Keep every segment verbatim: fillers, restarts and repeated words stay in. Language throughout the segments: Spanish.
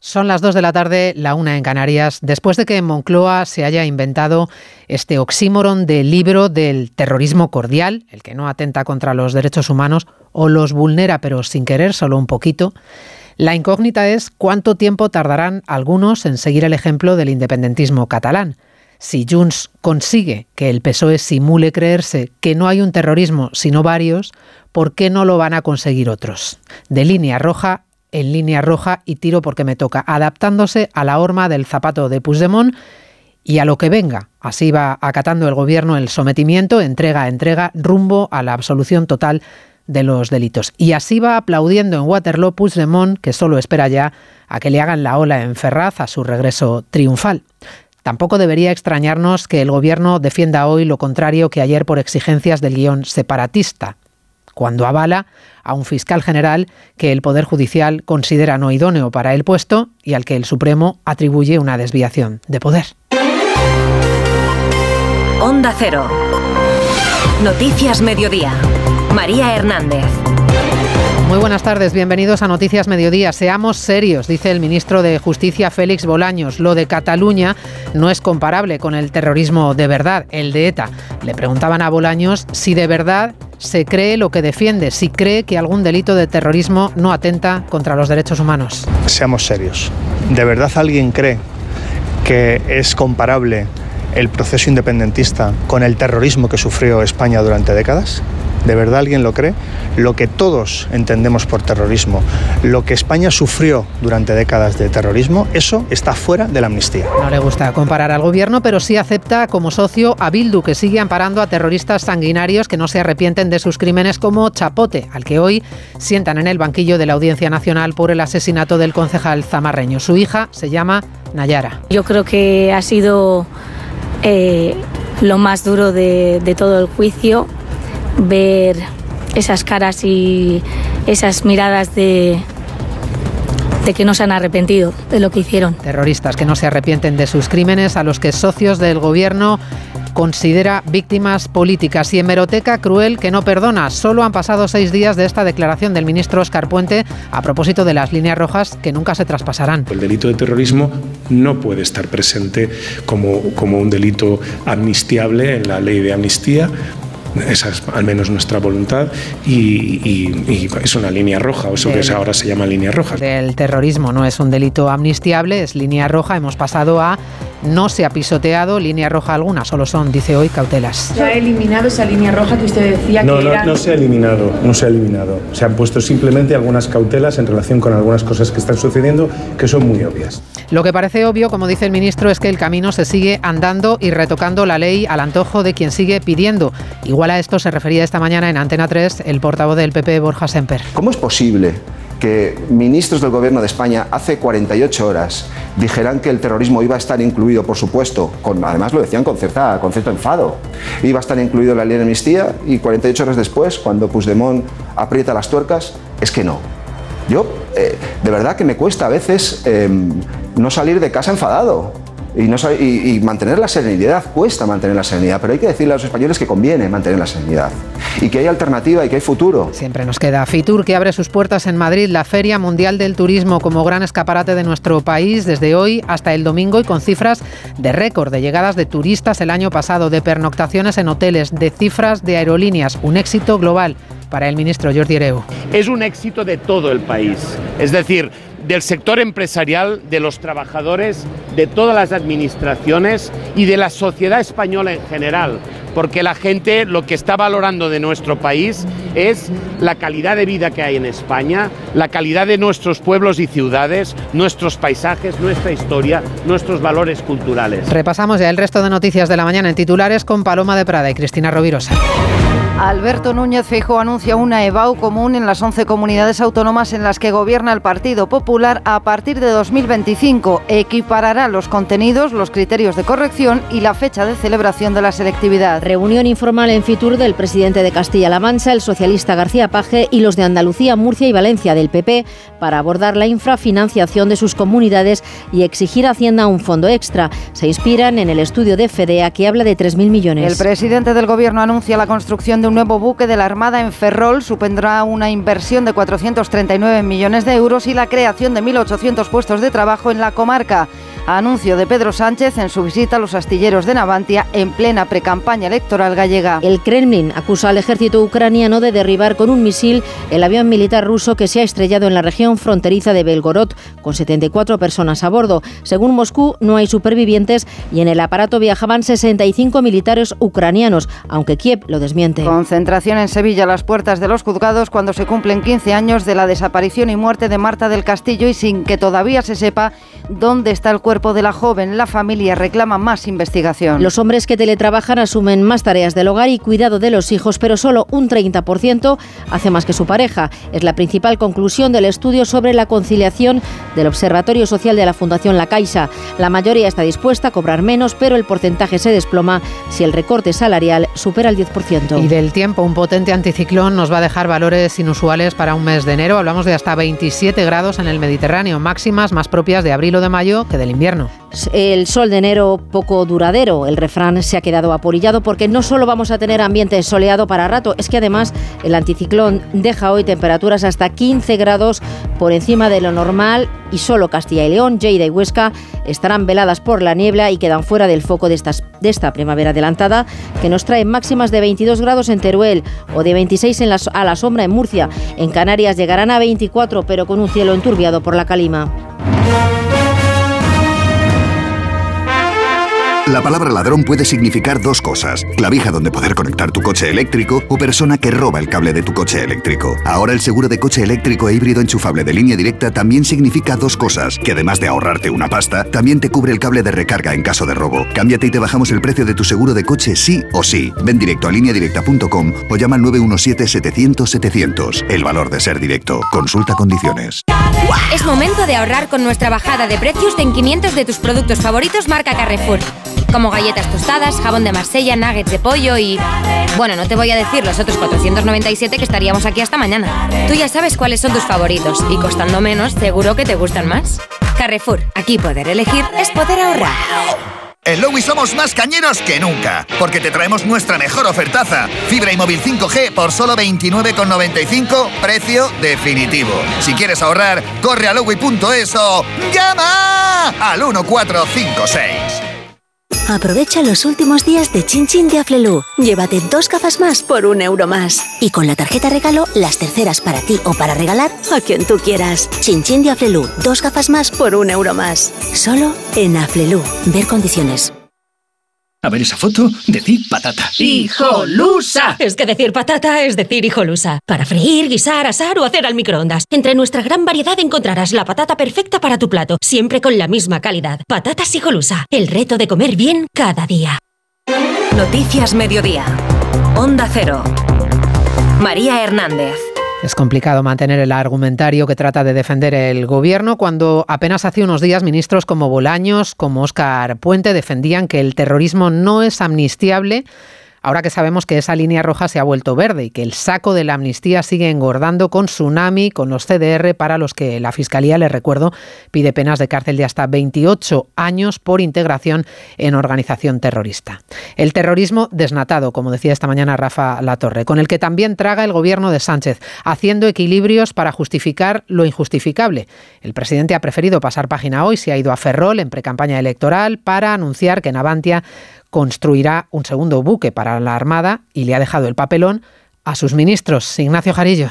Son las dos de la tarde, la una en Canarias, después de que en Moncloa se haya inventado este oxímoron del libro del terrorismo cordial, el que no atenta contra los derechos humanos o los vulnera, pero sin querer, solo un poquito. La incógnita es cuánto tiempo tardarán algunos en seguir el ejemplo del independentismo catalán. Si Junts consigue que el P S O E simule creerse que no hay un terrorismo sino varios, ¿por qué no lo van a conseguir otros? De línea roja en línea roja y tiro porque me toca, adaptándose a la horma del zapato de Puigdemont y a lo que venga. Así va acatando el gobierno el sometimiento, entrega a entrega, rumbo a la absolución total de los delitos. Y así va aplaudiendo en Waterloo Puigdemont, que solo espera ya a que le hagan la ola en Ferraz a su regreso triunfal. Tampoco debería extrañarnos que el gobierno defienda hoy lo contrario que ayer por exigencias del guión separatista, cuando avala a un fiscal general que el Poder Judicial considera no idóneo para el puesto y al que el Supremo atribuye una desviación de poder. Onda Cero. Noticias Mediodía. María Hernández. Muy buenas tardes, bienvenidos a Noticias Mediodía. Seamos serios, dice el ministro de Justicia Félix Bolaños. Lo de Cataluña no es comparable con el terrorismo de verdad, el de ETA. Le preguntaban a Bolaños si de verdad se cree lo que defiende, si cree que algún delito de terrorismo no atenta contra los derechos humanos. Seamos serios. ¿De verdad alguien cree que es comparable el proceso independentista con el terrorismo que sufrió España durante décadas? ¿De verdad alguien lo cree? Lo que todos entendemos por terrorismo, lo que España sufrió durante décadas de terrorismo, eso está fuera de la amnistía. No le gusta comparar al gobierno, pero sí acepta como socio a Bildu, que sigue amparando a terroristas sanguinarios que no se arrepienten de sus crímenes, como Chapote, al que hoy sientan en el banquillo de la Audiencia Nacional por el asesinato del concejal zamarreño. Su hija se llama Nayara. Yo creo que ha sido eh, lo más duro de, de todo el juicio, ver esas caras y esas miradas de, de que no se han arrepentido de lo que hicieron. Terroristas que no se arrepienten de sus crímenes, a los que socios del gobierno considera víctimas políticas. Y hemeroteca cruel que no perdona. Solo han pasado seis días de esta declaración del ministro Óscar Puente a propósito de las líneas rojas que nunca se traspasarán. El delito de terrorismo no puede estar presente como, como un delito amnistiable en la ley de amnistía. Esa es al menos nuestra voluntad y, y, y es una línea roja, o eso del, que ahora se llama línea roja. El terrorismo no es un delito amnistiable, es línea roja. Hemos pasado a no se ha pisoteado línea roja alguna, solo son, dice hoy, cautelas. ¿Se ha eliminado esa línea roja que usted decía no, que no, era...? No se ha eliminado, no se ha eliminado. Se han puesto simplemente algunas cautelas en relación con algunas cosas que están sucediendo que son muy obvias. Lo que parece obvio, como dice el ministro, es que el camino se sigue andando y retocando la ley al antojo de quien sigue pidiendo. Igual a esto se refería esta mañana en Antena tres el portavoz del P P, Borja Semper. ¿Cómo es posible que ministros del Gobierno de España hace cuarenta y ocho horas dijeran que el terrorismo iba a estar incluido, por supuesto, con, además lo decían con, cierta, con cierto enfado, iba a estar incluido en la ley de amnistía, y cuarenta y ocho horas después, cuando Puigdemont aprieta las tuercas, es que no? Yo, eh, de verdad que me cuesta a veces eh, no salir de casa enfadado. Y, no, y, y mantener la serenidad, cuesta mantener la serenidad, pero hay que decirle a los españoles que conviene mantener la serenidad y que hay alternativa y que hay futuro. Siempre nos queda Fitur, que abre sus puertas en Madrid, la Feria Mundial del Turismo, como gran escaparate de nuestro país desde hoy hasta el domingo, y con cifras de récord de llegadas de turistas el año pasado, de pernoctaciones en hoteles, de cifras de aerolíneas, un éxito global para el ministro Jordi Hereu. Es un éxito de todo el país, es decir, del sector empresarial, de los trabajadores, de todas las administraciones y de la sociedad española en general, porque la gente lo que está valorando de nuestro país es la calidad de vida que hay en España, la calidad de nuestros pueblos y ciudades, nuestros paisajes, nuestra historia, nuestros valores culturales. Repasamos ya el resto de noticias de la mañana en titulares con Paloma de Prada y Cristina Rovirosa. Alberto Núñez Feijóo anuncia una EBAU común en las once comunidades autónomas en las que gobierna el Partido Popular a partir de dos mil veinticinco. Equiparará los contenidos, los criterios de corrección y la fecha de celebración de la selectividad. Reunión informal en Fitur del presidente de Castilla-La Mancha, el socialista García Paje, y los de Andalucía, Murcia y Valencia del P P para abordar la infrafinanciación de sus comunidades y exigir a Hacienda un fondo extra. Se inspiran en el estudio de FEDEA, que habla de tres mil millones. El presidente del Gobierno anuncia la construcción de de un nuevo buque de la Armada en Ferrol supondrá una inversión de cuatrocientos treinta y nueve millones de euros y la creación de mil ochocientos puestos de trabajo en la comarca. Anuncio de Pedro Sánchez en su visita a los astilleros de Navantia en plena precampaña electoral gallega. El Kremlin acusa al ejército ucraniano de derribar con un misil el avión militar ruso que se ha estrellado en la región fronteriza de Belgorod, con setenta y cuatro personas a bordo. Según Moscú, no hay supervivientes y en el aparato viajaban sesenta y cinco militares ucranianos, aunque Kiev lo desmiente. Concentración en Sevilla a las puertas de los juzgados cuando se cumplen quince años de la desaparición y muerte de Marta del Castillo y sin que todavía se sepa dónde está el cuerpo de la joven. La familia reclama más investigación. Los hombres que teletrabajan asumen más tareas del hogar y cuidado de los hijos, pero solo un treinta por ciento hace más que su pareja. Es la principal conclusión del estudio sobre la conciliación del Observatorio Social de la Fundación La Caixa. La mayoría está dispuesta a cobrar menos, pero el porcentaje se desploma si el recorte salarial supera el diez por ciento. Y del tiempo, un potente anticiclón nos va a dejar valores inusuales para un mes de enero. Hablamos de hasta veintisiete grados en el Mediterráneo, máximas más propias de abril o de mayo que del invierno. El sol de enero poco duradero. El refrán se ha quedado apolillado porque no solo vamos a tener ambiente soleado para rato, es que además el anticiclón deja hoy temperaturas hasta quince grados por encima de lo normal y solo Castilla y León, Lleida y Huesca estarán veladas por la niebla y quedan fuera del foco de, estas, de esta primavera adelantada que nos trae máximas de veintidós grados en Teruel o de veintiséis en la, a la sombra en Murcia. En Canarias llegarán a veinticuatro, pero con un cielo enturbiado por la calima. La palabra ladrón puede significar dos cosas: clavija donde poder conectar tu coche eléctrico o persona que roba el cable de tu coche eléctrico. Ahora el seguro de coche eléctrico e híbrido enchufable de Línea Directa también significa dos cosas, que además de ahorrarte una pasta, también te cubre el cable de recarga en caso de robo. Cámbiate y te bajamos el precio de tu seguro de coche sí o sí. Ven directo a línea directa punto com o llama al nueve uno siete, setecientos, setecientos. El valor de ser directo. Consulta condiciones. Es momento de ahorrar con nuestra bajada de precios en quinientos de tus productos favoritos marca Carrefour. Como galletas tostadas, jabón de Marsella, nuggets de pollo y... Bueno, no te voy a decir los otros cuatrocientos noventa y siete que estaríamos aquí hasta mañana. Tú ya sabes cuáles son tus favoritos y costando menos, seguro que te gustan más. Carrefour, aquí poder elegir es poder ahorrar. En Lowy somos más cañeros que nunca, porque te traemos nuestra mejor ofertaza. Fibra y móvil cinco G por solo veintinueve con noventa y cinco, precio definitivo. Si quieres ahorrar, corre a lowy punto es o llama al uno cuatro cinco seis. Aprovecha los últimos días de Chin Chin de Aflelu. Llévate dos gafas más por un euro más. Y con la tarjeta regalo, las terceras para ti o para regalar a quien tú quieras. Chin Chin de Aflelu. Dos gafas más por un euro más. Solo en Aflelu. Ver condiciones. A ver esa foto, decir patata. ¡Hijolusa! Es que decir patata es decir hijolusa. Para freír, guisar, asar o hacer al microondas. Entre nuestra gran variedad encontrarás la patata perfecta para tu plato, siempre con la misma calidad. Patatas Hijolusa, el reto de comer bien cada día. Noticias Mediodía. Onda Cero. María Hernández. Es complicado mantener el argumentario que trata de defender el gobierno cuando apenas hace unos días ministros como Bolaños, como Óscar Puente defendían que el terrorismo no es amnistiable. Ahora que sabemos que esa línea roja se ha vuelto verde y que el saco de la amnistía sigue engordando con Tsunami, con los C D R, para los que la Fiscalía, les recuerdo, pide penas de cárcel de hasta veintiocho años por integración en organización terrorista. El terrorismo desnatado, como decía esta mañana Rafa Latorre, con el que también traga el gobierno de Sánchez, haciendo equilibrios para justificar lo injustificable. El presidente ha preferido pasar página hoy, se ha ido a Ferrol en precampaña electoral para anunciar que Navantia construirá un segundo buque para la Armada y le ha dejado el papelón a sus ministros. Ignacio Jarillo.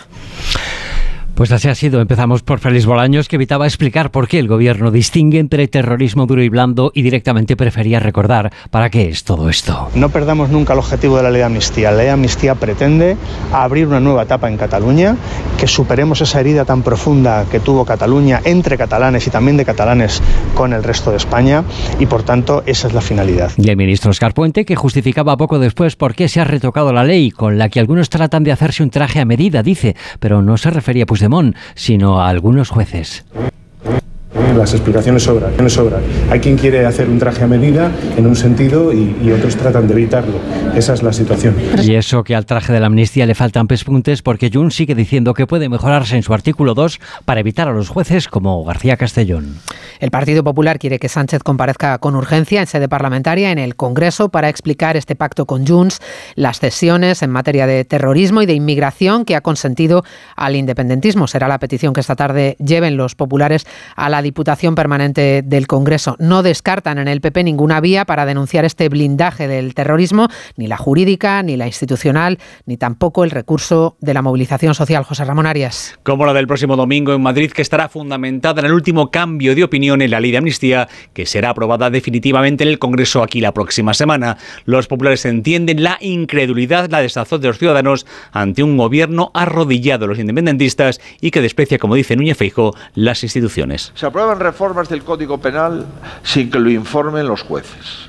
Pues así ha sido. Empezamos por Félix Bolaños, que evitaba explicar por qué el gobierno distingue entre terrorismo duro y blando y directamente prefería recordar para qué es todo esto. No perdamos nunca el objetivo de la ley de amnistía. La ley de amnistía pretende abrir una nueva etapa en Cataluña, que superemos esa herida tan profunda que tuvo Cataluña entre catalanes y también de catalanes con el resto de España, y por tanto esa es la finalidad. Y el ministro Óscar Puente, que justificaba poco después por qué se ha retocado la ley, con la que algunos tratan de hacerse un traje a medida, dice, pero no se refería pues sino a algunos jueces. Las explicaciones sobran, sobran. Hay quien quiere hacer un traje a medida en un sentido y, y otros tratan de evitarlo. Esa es la situación. Y eso que al traje de la amnistía le faltan pespuntes, porque Junts sigue diciendo que puede mejorarse en su artículo dos para evitar a los jueces como García Castellón. El Partido Popular quiere que Sánchez comparezca con urgencia en sede parlamentaria en el Congreso para explicar este pacto con Junts, las cesiones en materia de terrorismo y de inmigración que ha consentido al independentismo. Será la petición que esta tarde lleven los populares a la Diputación Permanente del Congreso. No descartan en el P P ninguna vía para denunciar este blindaje del terrorismo, ni la jurídica, ni la institucional, ni tampoco el recurso de la movilización social. José Ramón Arias. Como la del próximo domingo en Madrid, que estará fundamentada en el último cambio de opinión en la ley de amnistía, que será aprobada definitivamente en el Congreso aquí la próxima semana. Los populares entienden la incredulidad, la desazón de los ciudadanos ante un gobierno arrodillado a los independentistas y que desprecia, como dice Núñez Feijóo, las instituciones. Se aprueban reformas del Código Penal sin que lo informen los jueces.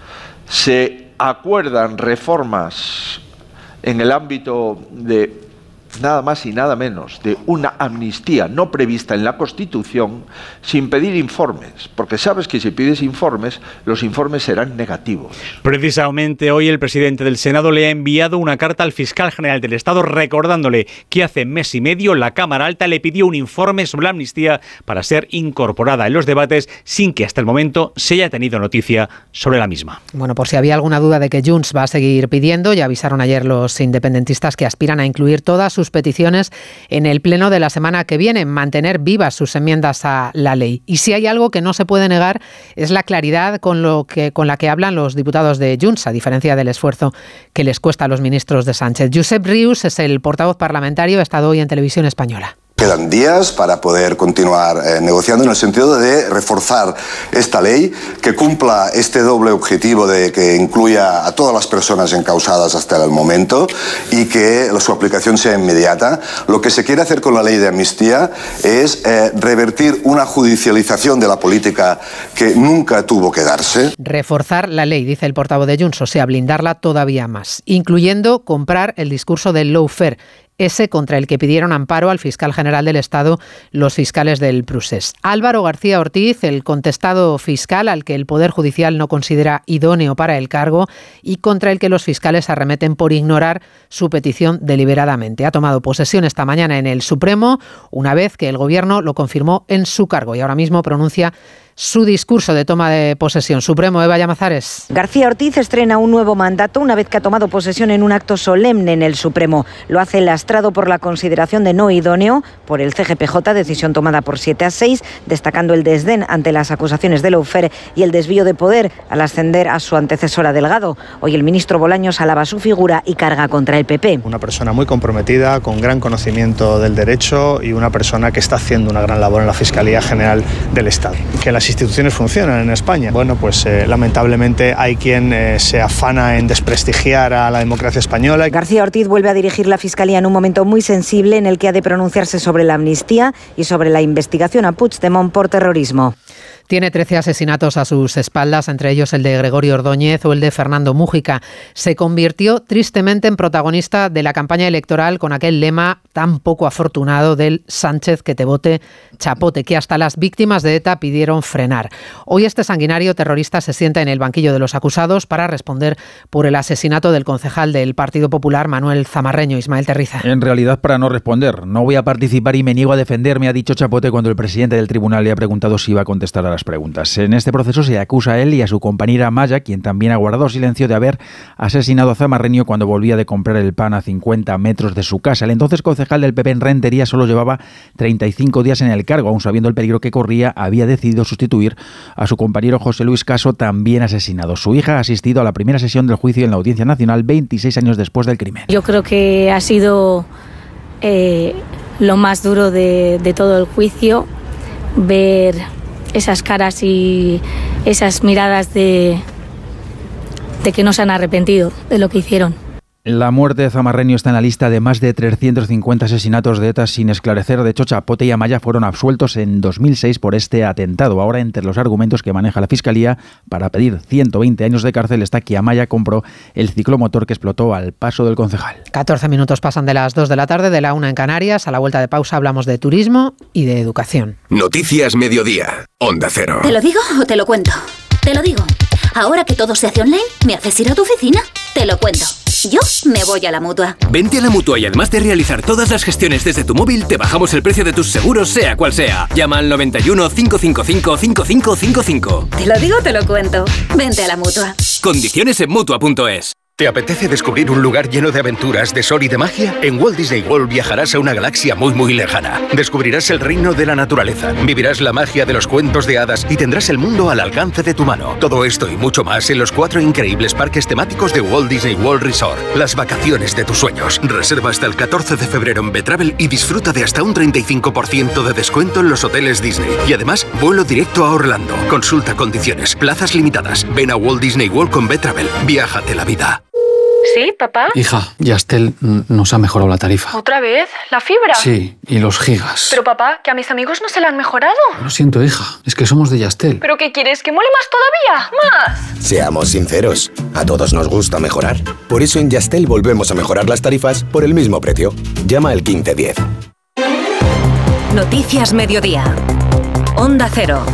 Se acuerdan reformas en el ámbito de nada más y nada menos de una amnistía no prevista en la Constitución sin pedir informes, porque sabes que si pides informes, los informes serán negativos. Precisamente hoy el presidente del Senado le ha enviado una carta al fiscal general del Estado recordándole que hace mes y medio la Cámara Alta le pidió un informe sobre la amnistía para ser incorporada en los debates sin que hasta el momento se haya tenido noticia sobre la misma. Bueno, por si había alguna duda de que Junts va a seguir pidiendo, ya avisaron ayer los independentistas que aspiran a incluir todas sus peticiones en el pleno de la semana que viene, mantener vivas sus enmiendas a la ley. Y si hay algo que no se puede negar es la claridad con lo que con la que hablan los diputados de Junts, a diferencia del esfuerzo que les cuesta a los ministros de Sánchez. Josep Rius es el portavoz parlamentario, ha estado hoy en Televisión Española. Quedan días para poder continuar eh, negociando en el sentido de reforzar esta ley, que cumpla este doble objetivo de que incluya a todas las personas encausadas hasta el momento y que su aplicación sea inmediata. Lo que se quiere hacer con la ley de amnistía es eh, revertir una judicialización de la política que nunca tuvo que darse. Reforzar la ley, dice el portavoz de Junts, o sea, blindarla todavía más, incluyendo comprar el discurso del lawfare, ese contra el que pidieron amparo al fiscal general del Estado los fiscales del Prusés. Álvaro García Ortiz, el contestado fiscal al que el Poder Judicial no considera idóneo para el cargo y contra el que los fiscales arremeten por ignorar su petición deliberadamente. Ha tomado posesión esta mañana en el Supremo, una vez que el Gobierno lo confirmó en su cargo y ahora mismo pronuncia su discurso de toma de posesión. Supremo, Eva Llamazares. García Ortiz estrena un nuevo mandato una vez que ha tomado posesión en un acto solemne en el Supremo. Lo hace lastrado por la consideración de no idóneo por el C G P J, decisión tomada por siete a seis, destacando el desdén ante las acusaciones de lawfare y el desvío de poder al ascender a su antecesora Delgado. Hoy el ministro Bolaños alaba su figura y carga contra el P P. Una persona muy comprometida, con gran conocimiento del derecho y una persona que está haciendo una gran labor en la Fiscalía General del Estado. Que las instituciones funcionan en España. Bueno, pues eh, lamentablemente hay quien eh, se afana en desprestigiar a la democracia española. García Ortiz vuelve a dirigir la Fiscalía en un momento muy sensible en el que ha de pronunciarse sobre la amnistía y sobre la investigación a Puigdemont por terrorismo. Tiene trece asesinatos a sus espaldas, entre ellos el de Gregorio Ordóñez o el de Fernando Mújica. Se convirtió tristemente en protagonista de la campaña electoral con aquel lema tan poco afortunado del Sánchez que te vote chapote, que hasta las víctimas de ETA pidieron frenar. Hoy este sanguinario terrorista se sienta en el banquillo de los acusados para responder por el asesinato del concejal del Partido Popular, Manuel Zamarreño. Ismael Terriza. En realidad, para no responder. No voy a participar y me niego a defenderme, ha dicho Chapote cuando el presidente del tribunal le ha preguntado si iba a contestar a las preguntas. En este proceso se acusa a él y a su compañera Maya, quien también ha guardado silencio, de haber asesinado a Zamarreño cuando volvía de comprar el pan a cincuenta metros de su casa. El entonces concejal del P P en Rentería solo llevaba treinta y cinco días en el cargo. Aun sabiendo el peligro que corría, había decidido sustituir a su compañero José Luis Caso, también asesinado. Su hija ha asistido a la primera sesión del juicio en la Audiencia Nacional veintiséis años después del crimen. Yo creo que ha sido eh, lo más duro de, de todo el juicio, ver esas caras y esas miradas de, de que no se han arrepentido de lo que hicieron. La muerte de Zamarreño está en la lista de más de trescientos cincuenta asesinatos de ETA sin esclarecer. De hecho, Chapote y Amaya fueron absueltos en dos mil seis por este atentado. Ahora, entre los argumentos que maneja la Fiscalía para pedir ciento veinte años de cárcel está que Amaya compró el ciclomotor que explotó al paso del concejal. catorce minutos pasan de las dos de la tarde, de la una en Canarias. A la vuelta de pausa hablamos de turismo y de educación. Noticias Mediodía, Onda Cero. ¿Te lo digo o te lo cuento? Te lo digo. Ahora que todo se hace online, ¿me haces ir a tu oficina? Te lo cuento. Yo me voy a la Mutua. Vente a la Mutua y además de realizar todas las gestiones desde tu móvil, te bajamos el precio de tus seguros, sea cual sea. Llama al noventa y uno, cinco cinco cinco, cinco cinco cinco cinco. Te lo digo, te lo cuento. Vente a la Mutua. Condiciones en Mutua punto es. ¿Te apetece descubrir un lugar lleno de aventuras, de sol y de magia? En Walt Disney World viajarás a una galaxia muy muy lejana. Descubrirás el reino de la naturaleza, vivirás la magia de los cuentos de hadas y tendrás el mundo al alcance de tu mano. Todo esto y mucho más en los cuatro increíbles parques temáticos de Walt Disney World Resort. Las vacaciones de tus sueños. Reserva hasta el catorce de febrero en Betravel y disfruta de hasta un treinta y cinco por ciento de descuento en los hoteles Disney. Y además, vuelo directo a Orlando. Consulta condiciones, plazas limitadas. Ven a Walt Disney World con Betravel. Viájate la vida. ¿Sí, papá? Hija, Yastel nos ha mejorado la tarifa. ¿Otra vez? ¿La fibra? Sí, y los gigas. Pero papá, que a mis amigos no se la han mejorado. Lo siento, hija, es que somos de Yastel. ¿Pero qué quieres? ¿Que mole más todavía? ¡Más! Seamos sinceros, a todos nos gusta mejorar. Por eso en Yastel volvemos a mejorar las tarifas por el mismo precio. Llama al quince diez. Noticias Mediodía. Onda Cero.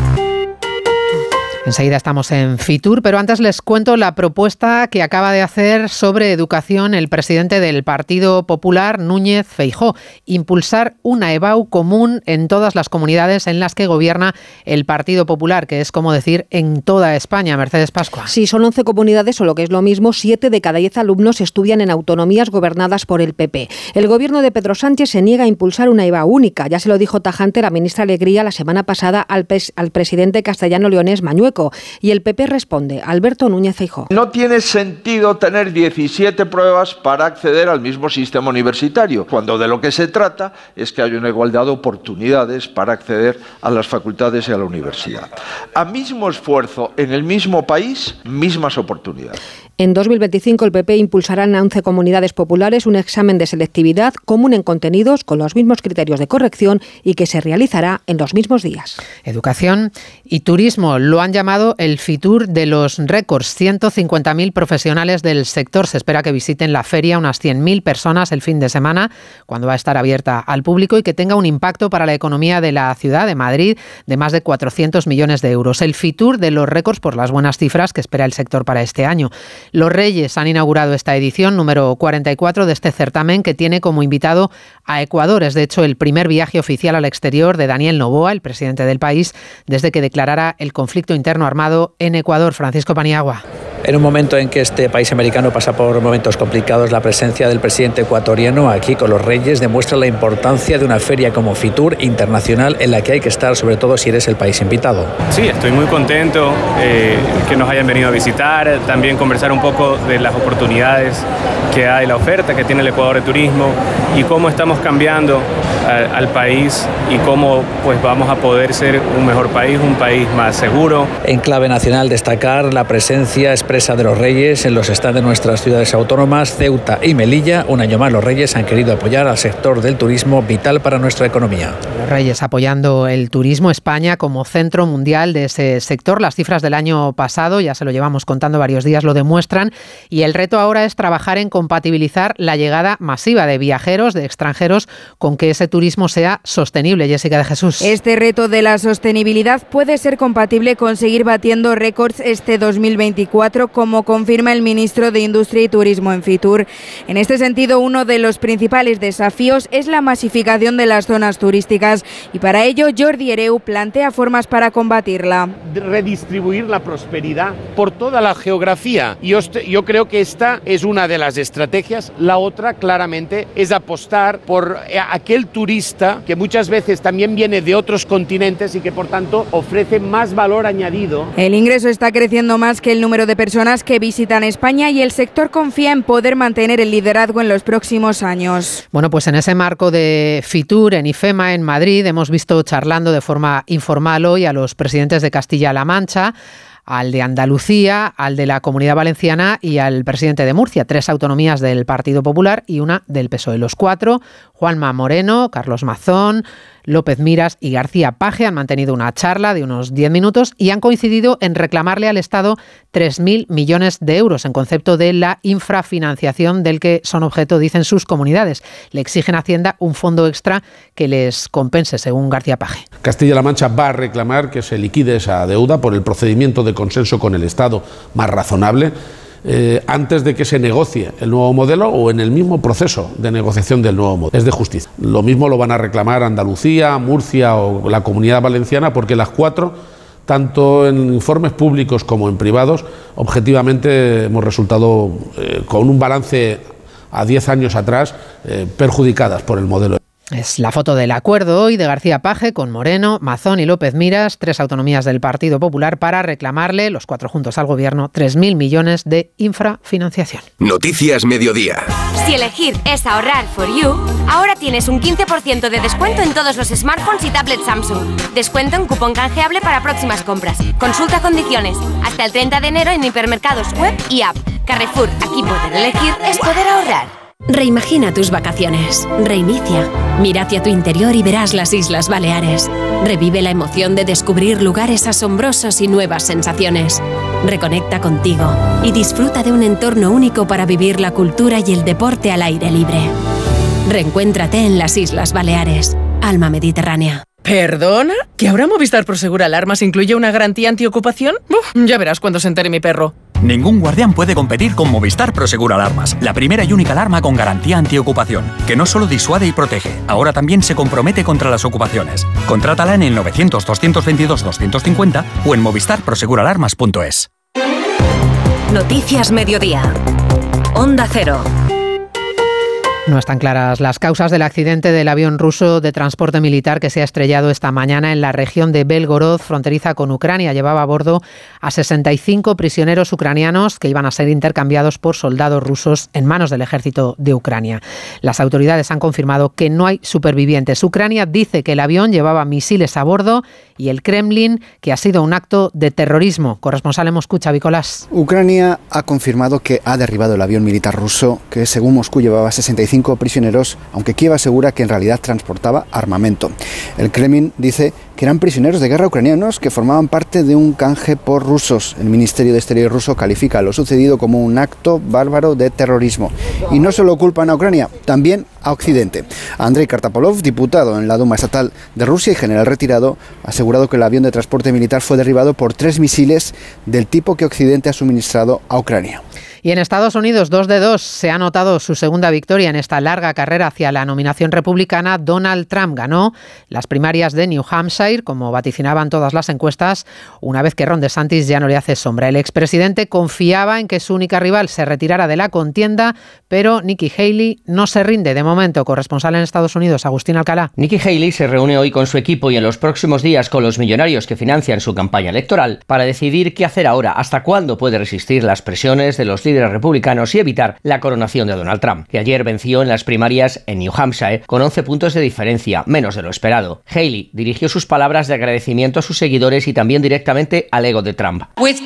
Enseguida estamos en Fitur, pero antes les cuento la propuesta que acaba de hacer sobre educación el presidente del Partido Popular, Núñez Feijóo. Impulsar una EBAU común en todas las comunidades en las que gobierna el Partido Popular, que es como decir en toda España. Mercedes Pascua. Sí, son once comunidades, o lo que es lo mismo, siete de cada diez alumnos estudian en autonomías gobernadas por el P P. El gobierno de Pedro Sánchez se niega a impulsar una EBAU única. Ya se lo dijo tajante la ministra Alegría la semana pasada al, pres- al presidente castellano-leonés Mañueco. Y el P P responde, Alberto Núñez Feijóo. No tiene sentido tener diecisiete pruebas para acceder al mismo sistema universitario, cuando de lo que se trata es que haya una igualdad de oportunidades para acceder a las facultades y a la universidad. A mismo esfuerzo, en el mismo país, mismas oportunidades. En dos mil veinticinco el P P impulsará en once comunidades populares un examen de selectividad común en contenidos con los mismos criterios de corrección y que se realizará en los mismos días. Educación y turismo lo han llamado el Fitur de los récords. ciento cincuenta mil profesionales del sector se espera que visiten la feria, unas cien mil personas el fin de semana, cuando va a estar abierta al público, y que tenga un impacto para la economía de la ciudad de Madrid de más de cuatrocientos millones de euros. El Fitur de los récords por las buenas cifras que espera el sector para este año. Los Reyes han inaugurado esta edición número cuarenta y cuatro de este certamen, que tiene como invitado a Ecuador. Es de hecho el primer viaje oficial al exterior de Daniel Noboa, el presidente del país, desde que declarara el conflicto interno armado en Ecuador. Francisco Paniagua. En un momento en que este país americano pasa por momentos complicados, la presencia del presidente ecuatoriano aquí con los Reyes demuestra la importancia de una feria como Fitur internacional, en la que hay que estar, sobre todo si eres el país invitado. Sí, estoy muy contento eh, que nos hayan venido a visitar, también conversar un poco de las oportunidades que hay, la oferta que tiene el Ecuador de turismo y cómo estamos cambiando al, al país y cómo pues vamos a poder ser un mejor país, un país más seguro. En clave nacional, destacar la presencia expresa de los Reyes en los stands de nuestras ciudades autónomas, Ceuta y Melilla. Un año más los Reyes han querido apoyar al sector del turismo, vital para nuestra economía. Los Reyes apoyando el turismo, España como centro mundial de ese sector. Las cifras del año pasado, ya se lo llevamos contando varios días, lo demuestran, y el reto ahora es trabajar en compatibilizar la llegada masiva de viajeros, de extranjeros, con que ese turismo sea sostenible. Jessica de Jesús. Este reto de la sostenibilidad puede ser compatible con seguir batiendo récords este dos mil veinticuatro, como confirma el ministro de Industria y Turismo en Fitur. En este sentido, uno de los principales desafíos es la masificación de las zonas turísticas, y para ello Jordi Hereu plantea formas para combatirla. Redistribuir la prosperidad por toda la geografía. Yo, yo creo que esta es una de las estrategias. La otra, claramente, es apostar por aquel turista que muchas veces también viene de otros continentes y que, por tanto, ofrece más valor añadido. El ingreso está creciendo más que el número de personas que visitan España, y el sector confía en poder mantener el liderazgo en los próximos años. Bueno, pues en ese marco de Fitur, en IFEMA, en Madrid, hemos visto charlando de forma informal hoy a los presidentes de Castilla-La Mancha, al de Andalucía, al de la Comunidad Valenciana y al presidente de Murcia, tres autonomías del Partido Popular y una del P S O E. Los cuatro, Juanma Moreno, Carlos Mazón, López Miras y García Paje, han mantenido una charla de unos diez minutos y han coincidido en reclamarle al Estado tres mil millones de euros en concepto de la infrafinanciación del que son objeto, dicen sus comunidades. Le exigen a Hacienda un fondo extra que les compense, según García Paje. Castilla-La Mancha va a reclamar que se liquide esa deuda por el procedimiento de consenso con el Estado más razonable. eh, antes de que se negocie el nuevo modelo o en el mismo proceso de negociación del nuevo modelo. Es de justicia. Lo mismo lo van a reclamar Andalucía, Murcia o la Comunidad Valenciana, porque las cuatro, tanto en informes públicos como en privados, objetivamente hemos resultado eh, con un balance a diez años atrás eh, perjudicadas por el modelo. Es la foto del acuerdo hoy de García Page con Moreno, Mazón y López Miras, tres autonomías del Partido Popular, para reclamarle, los cuatro juntos al gobierno, tres mil millones de infrafinanciación. Noticias Mediodía. Si elegir es ahorrar for you, ahora tienes un quince por ciento de descuento en todos los smartphones y tablets Samsung. Descuento en cupón canjeable para próximas compras. Consulta condiciones. Hasta el treinta de enero en hipermercados web y app. Carrefour, aquí poder elegir es poder ahorrar. Reimagina tus vacaciones. Reinicia. Mira hacia tu interior y verás las Islas Baleares. Revive la emoción de descubrir lugares asombrosos y nuevas sensaciones. Reconecta contigo y disfruta de un entorno único para vivir la cultura y el deporte al aire libre. Reencuéntrate en las Islas Baleares. Alma Mediterránea. ¿Perdona? ¿Que ahora Movistar Prosegur Alarmas incluye una garantía antiocupación? Uf, ya verás cuando se entere mi perro. Ningún guardián puede competir con Movistar Prosegur Alarmas, la primera y única alarma con garantía antiocupación, que no solo disuade y protege, ahora también se compromete contra las ocupaciones. Contrátala en el novecientos, doscientos veintidós, doscientos cincuenta o en movistar prosegur alarmas punto es. Noticias Mediodía. Onda Cero. No están claras las causas del accidente del avión ruso de transporte militar que se ha estrellado esta mañana en la región de Belgorod, fronteriza con Ucrania. Llevaba a bordo a sesenta y cinco prisioneros ucranianos que iban a ser intercambiados por soldados rusos en manos del ejército de Ucrania. Las autoridades han confirmado que no hay supervivientes. Ucrania dice que el avión llevaba misiles a bordo y el Kremlin que ha sido un acto de terrorismo. Corresponsal en Moscú, Xavi Colás. Ucrania ha confirmado que ha derribado el avión militar ruso que, según Moscú, llevaba sesenta y cinco prisioneros, aunque Kiev asegura que en realidad transportaba armamento. El Kremlin dice que eran prisioneros de guerra ucranianos que formaban parte de un canje por rusos. El Ministerio de Exteriores ruso califica lo sucedido como un acto bárbaro de terrorismo. Y no solo culpan a Ucrania, también a Occidente. Andrei Kartapolov, diputado en la Duma Estatal de Rusia y general retirado, ha asegurado que el avión de transporte militar fue derribado por tres misiles del tipo que Occidente ha suministrado a Ucrania. Y en Estados Unidos, dos de dos, se ha notado su segunda victoria en esta larga carrera hacia la nominación republicana. Donald Trump ganó las primarias de New Hampshire, como vaticinaban todas las encuestas, una vez que Ron DeSantis ya no le hace sombra. El expresidente confiaba en que su única rival se retirara de la contienda, pero Nikki Haley no se rinde de momento. Corresponsal en Estados Unidos, Agustín Alcalá. Nikki Haley se reúne hoy con su equipo y en los próximos días con los millonarios que financian su campaña electoral para decidir qué hacer ahora, hasta cuándo puede resistir las presiones de los líderes republicanos y evitar la coronación de Donald Trump, que ayer venció en las primarias en New Hampshire con once puntos de diferencia, menos de lo esperado. Haley dirigió sus palabras de agradecimiento a sus seguidores y también directamente al ego de Trump.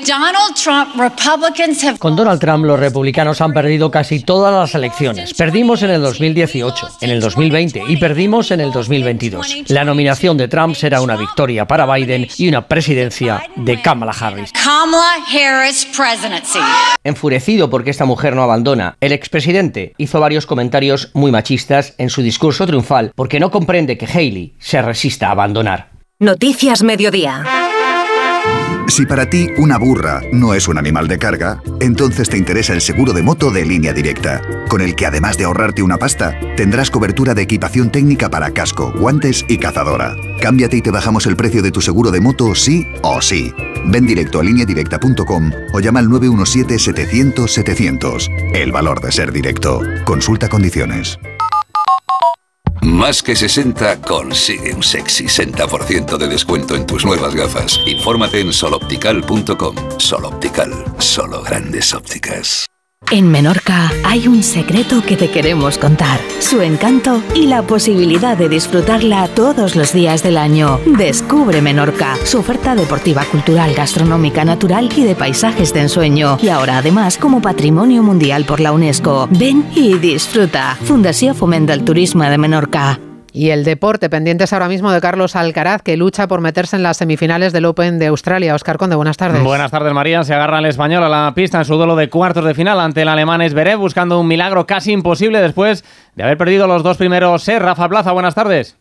Con Donald Trump, los republicanos han perdido casi todas las elecciones. Perdimos en el dos mil dieciocho, en el dos mil veinte y perdimos en el dos mil veintidós. La nominación de Trump será una victoria para Biden y una presidencia de Kamala Harris. Kamala Harris presidency. Enfurecido porque esta mujer no abandona, el expresidente hizo varios comentarios muy machistas en su discurso triunfal porque no comprende que Haley se resista a abandonar. Noticias Mediodía. Si para ti una burra no es un animal de carga, entonces te interesa el seguro de moto de Línea Directa, con el que además de ahorrarte una pasta, tendrás cobertura de equipación técnica para casco, guantes y cazadora. Cámbiate y te bajamos el precio de tu seguro de moto sí o sí. Ven directo a línea directa punto com o llama al nueve uno siete, setecientos, setecientos. El valor de ser directo. Consulta condiciones. Más que sesenta consigue un sexy sesenta por ciento de descuento en tus nuevas gafas. Infórmate en sol optical punto com. Sol Optical, solo grandes ópticas. En Menorca hay un secreto que te queremos contar. Su encanto y la posibilidad de disfrutarla todos los días del año. Descubre Menorca, su oferta deportiva, cultural, gastronómica, natural y de paisajes de ensueño. Y ahora además como Patrimonio Mundial por la UNESCO. Ven y disfruta. Fundació Foment del Turisme de Menorca. Y el deporte, pendientes ahora mismo de Carlos Alcaraz, que lucha por meterse en las semifinales del Open de Australia. Óscar Conde, buenas tardes. Buenas tardes, María. Se agarra el español a la pista en su duelo de cuartos de final ante el alemán Zverev, buscando un milagro casi imposible después de haber perdido los dos primeros sets. Rafa Plaza, buenas tardes.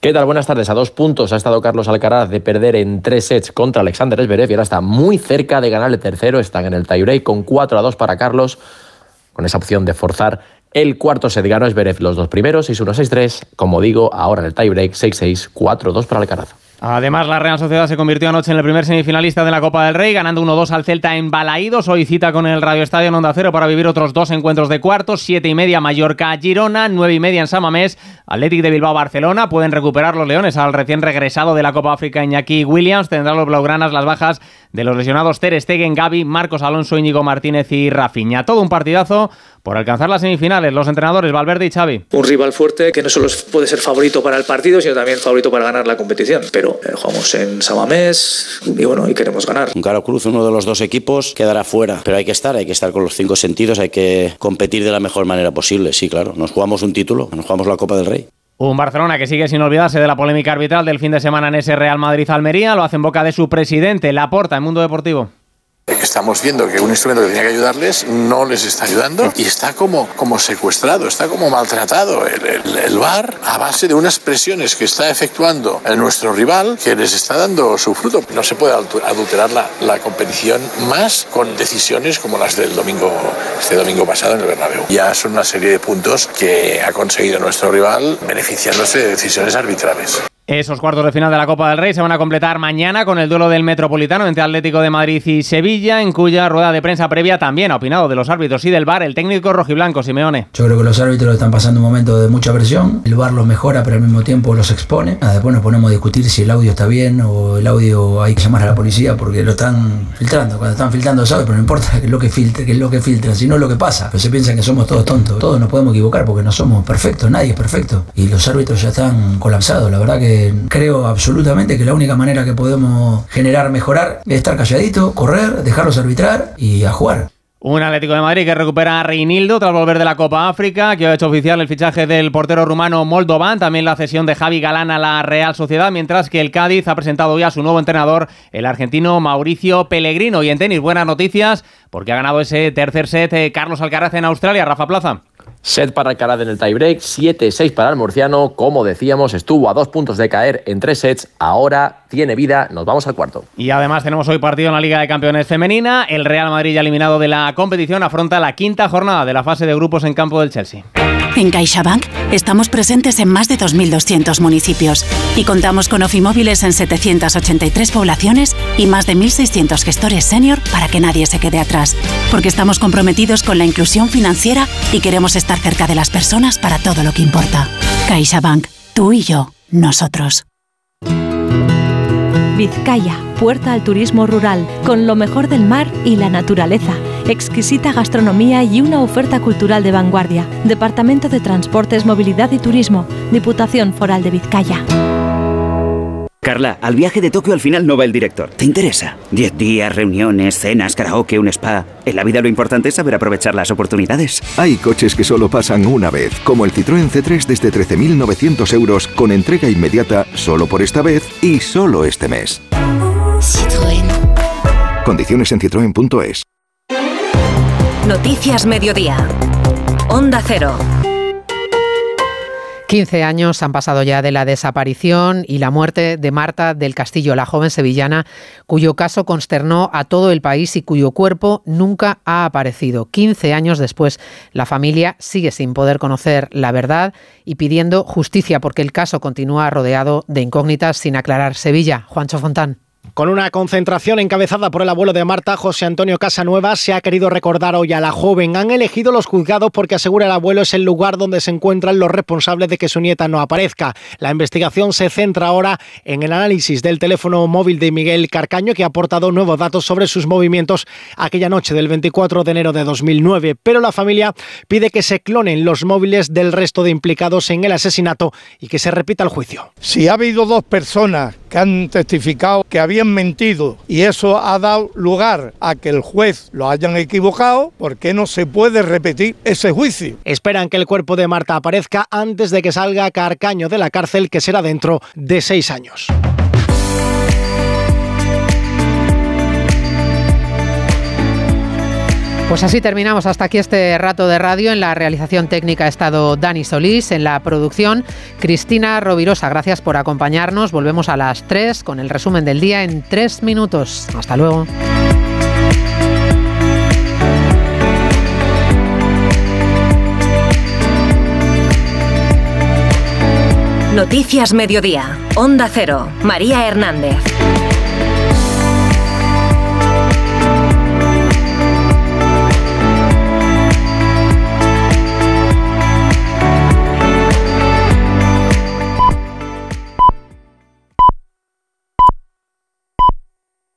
¿Qué tal? Buenas tardes. A dos puntos ha estado Carlos Alcaraz de perder en tres sets contra Alexander Zverev y ahora está muy cerca de ganar el tercero. Están en el tiebreak con cuatro a dos para Carlos, con esa opción de forzar el cuarto set. Ganó Zverev los dos primeros, seis uno seis tres. Como digo, ahora en el tiebreak seis seis, cuatro dos para Alcaraz. Además, la Real Sociedad se convirtió anoche en el primer semifinalista de la Copa del Rey, ganando uno dos al Celta en Balaídos. Hoy cita con el Radio Estadio en Onda Cero para vivir otros dos encuentros de cuartos. Siete y media Mallorca-Girona, nueve y media en San Mamés, Athletic de Bilbao-Barcelona. Pueden recuperar los leones al recién regresado de la Copa África Iñaki Williams. Tendrán los blaugranas las bajas de los lesionados Ter Stegen, Gavi, Marcos Alonso, Íñigo Martínez y Rafinha. Todo un partidazo por alcanzar las semifinales. Los entrenadores Valverde y Xavi. Un rival fuerte que no solo puede ser favorito para el partido, sino también favorito para ganar la competición. Pero eh, jugamos en San Mamés y bueno, y queremos ganar. Un Caro Cruz, uno de los dos equipos, quedará fuera. Pero hay que estar, hay que estar con los cinco sentidos, hay que competir de la mejor manera posible. Sí, claro, nos jugamos un título, nos jugamos la Copa del Rey. Un Barcelona que sigue sin olvidarse de la polémica arbitral del fin de semana en ese Real Madrid-Almería. Lo hace en boca de su presidente, Laporta, en Mundo Deportivo. Estamos viendo que un instrumento que tenía que ayudarles no les está ayudando y está como, como secuestrado, está como maltratado el, el, el V A R a base de unas presiones que está efectuando nuestro rival que les está dando su fruto. No se puede adulterar la, la competición más con decisiones como las del domingo, este domingo pasado en el Bernabéu. Ya son una serie de puntos que ha conseguido nuestro rival beneficiándose de decisiones arbitrales. Esos cuartos de final de la Copa del Rey se van a completar mañana con el duelo del Metropolitano entre Atlético de Madrid y Sevilla, en cuya rueda de prensa previa también ha opinado de los árbitros y del V A R el técnico rojiblanco Simeone. Yo creo que los árbitros están pasando un momento de mucha presión, el V A R los mejora pero al mismo tiempo los expone. Después nos ponemos a discutir si el audio está bien o el audio hay que llamar a la policía porque lo están filtrando. Cuando están filtrando sabe, pero no importa qué es lo que filtre, qué es lo que filtran, sino lo que pasa. Pero se piensan que somos todos tontos, todos nos podemos equivocar porque no somos perfectos, nadie es perfecto. Y los árbitros ya están colapsados, la verdad que creo absolutamente que la única manera que podemos generar, mejorar, es estar calladito, correr, dejarlos arbitrar y a jugar. Un Atlético de Madrid que recupera a Reinildo tras volver de la Copa África, que ha hecho oficial el fichaje del portero rumano Moldovan, también la cesión de Javi Galán a la Real Sociedad, mientras que el Cádiz ha presentado hoy a su nuevo entrenador, el argentino Mauricio Pellegrino. Y en tenis, buenas noticias, porque ha ganado ese tercer set eh, Carlos Alcaraz en Australia. Rafa Plaza. Set para Alcaraz en el tiebreak, siete seis para el murciano. Como decíamos, estuvo a dos puntos de caer en tres sets. Ahora tiene vida. Nos vamos al cuarto. Y además tenemos hoy partido en la Liga de Campeones Femenina. El Real Madrid, ya eliminado de la competición, afronta la quinta jornada de la fase de grupos en campo del Chelsea. En CaixaBank estamos presentes en más de dos mil doscientos municipios y contamos con ofimóviles en setecientas ochenta y tres poblaciones y más de mil seiscientos gestores senior para que nadie se quede atrás. Porque estamos comprometidos con la inclusión financiera y queremos estar cerca de las personas para todo lo que importa. CaixaBank, tú y yo, nosotros. Vizcaya, puerta al turismo rural, con lo mejor del mar y la naturaleza. Exquisita gastronomía y una oferta cultural de vanguardia. Departamento de Transportes, Movilidad y Turismo. Diputación Foral de Vizcaya. Carla, al viaje de Tokio al final no va el director. ¿Te interesa? Diez días, reuniones, cenas, karaoke, un spa. En la vida lo importante es saber aprovechar las oportunidades. Hay coches que solo pasan una vez, como el Citroën C tres desde trece mil novecientos euros con entrega inmediata solo por esta vez y solo este mes. Citroën. Condiciones en citroen punto es. Noticias Mediodía. Onda Cero. quince años han pasado ya de la desaparición y la muerte de Marta del Castillo, la joven sevillana, cuyo caso consternó a todo el país y cuyo cuerpo nunca ha aparecido. quince años después, la familia sigue sin poder conocer la verdad y pidiendo justicia porque el caso continúa rodeado de incógnitas sin aclarar. Sevilla, Juancho Fontán. Con una concentración encabezada por el abuelo de Marta, José Antonio Casanueva, se ha querido recordar hoy a la joven. Han elegido los juzgados porque, asegura el abuelo, es el lugar donde se encuentran los responsables de que su nieta no aparezca. La investigación se centra ahora en el análisis del teléfono móvil de Miguel Carcaño, que ha aportado nuevos datos sobre sus movimientos aquella noche del veinticuatro de enero de dos mil nueve. Pero la familia pide que se clonen los móviles del resto de implicados en el asesinato y que se repita el juicio. Si ha habido dos personas que han testificado que habían mentido y eso ha dado lugar a que el juez lo hayan equivocado, ¿por qué no se puede repetir ese juicio? Esperan que el cuerpo de Marta aparezca antes de que salga Carcaño de la cárcel, que será dentro de seis años. Pues así terminamos hasta aquí este rato de radio. En la realización técnica ha estado Dani Solís, en la producción Cristina Rovirosa. Gracias por acompañarnos. Volvemos a las tres con el resumen del día en tres minutos. Hasta luego. Noticias Mediodía. Onda Cero. María Hernández.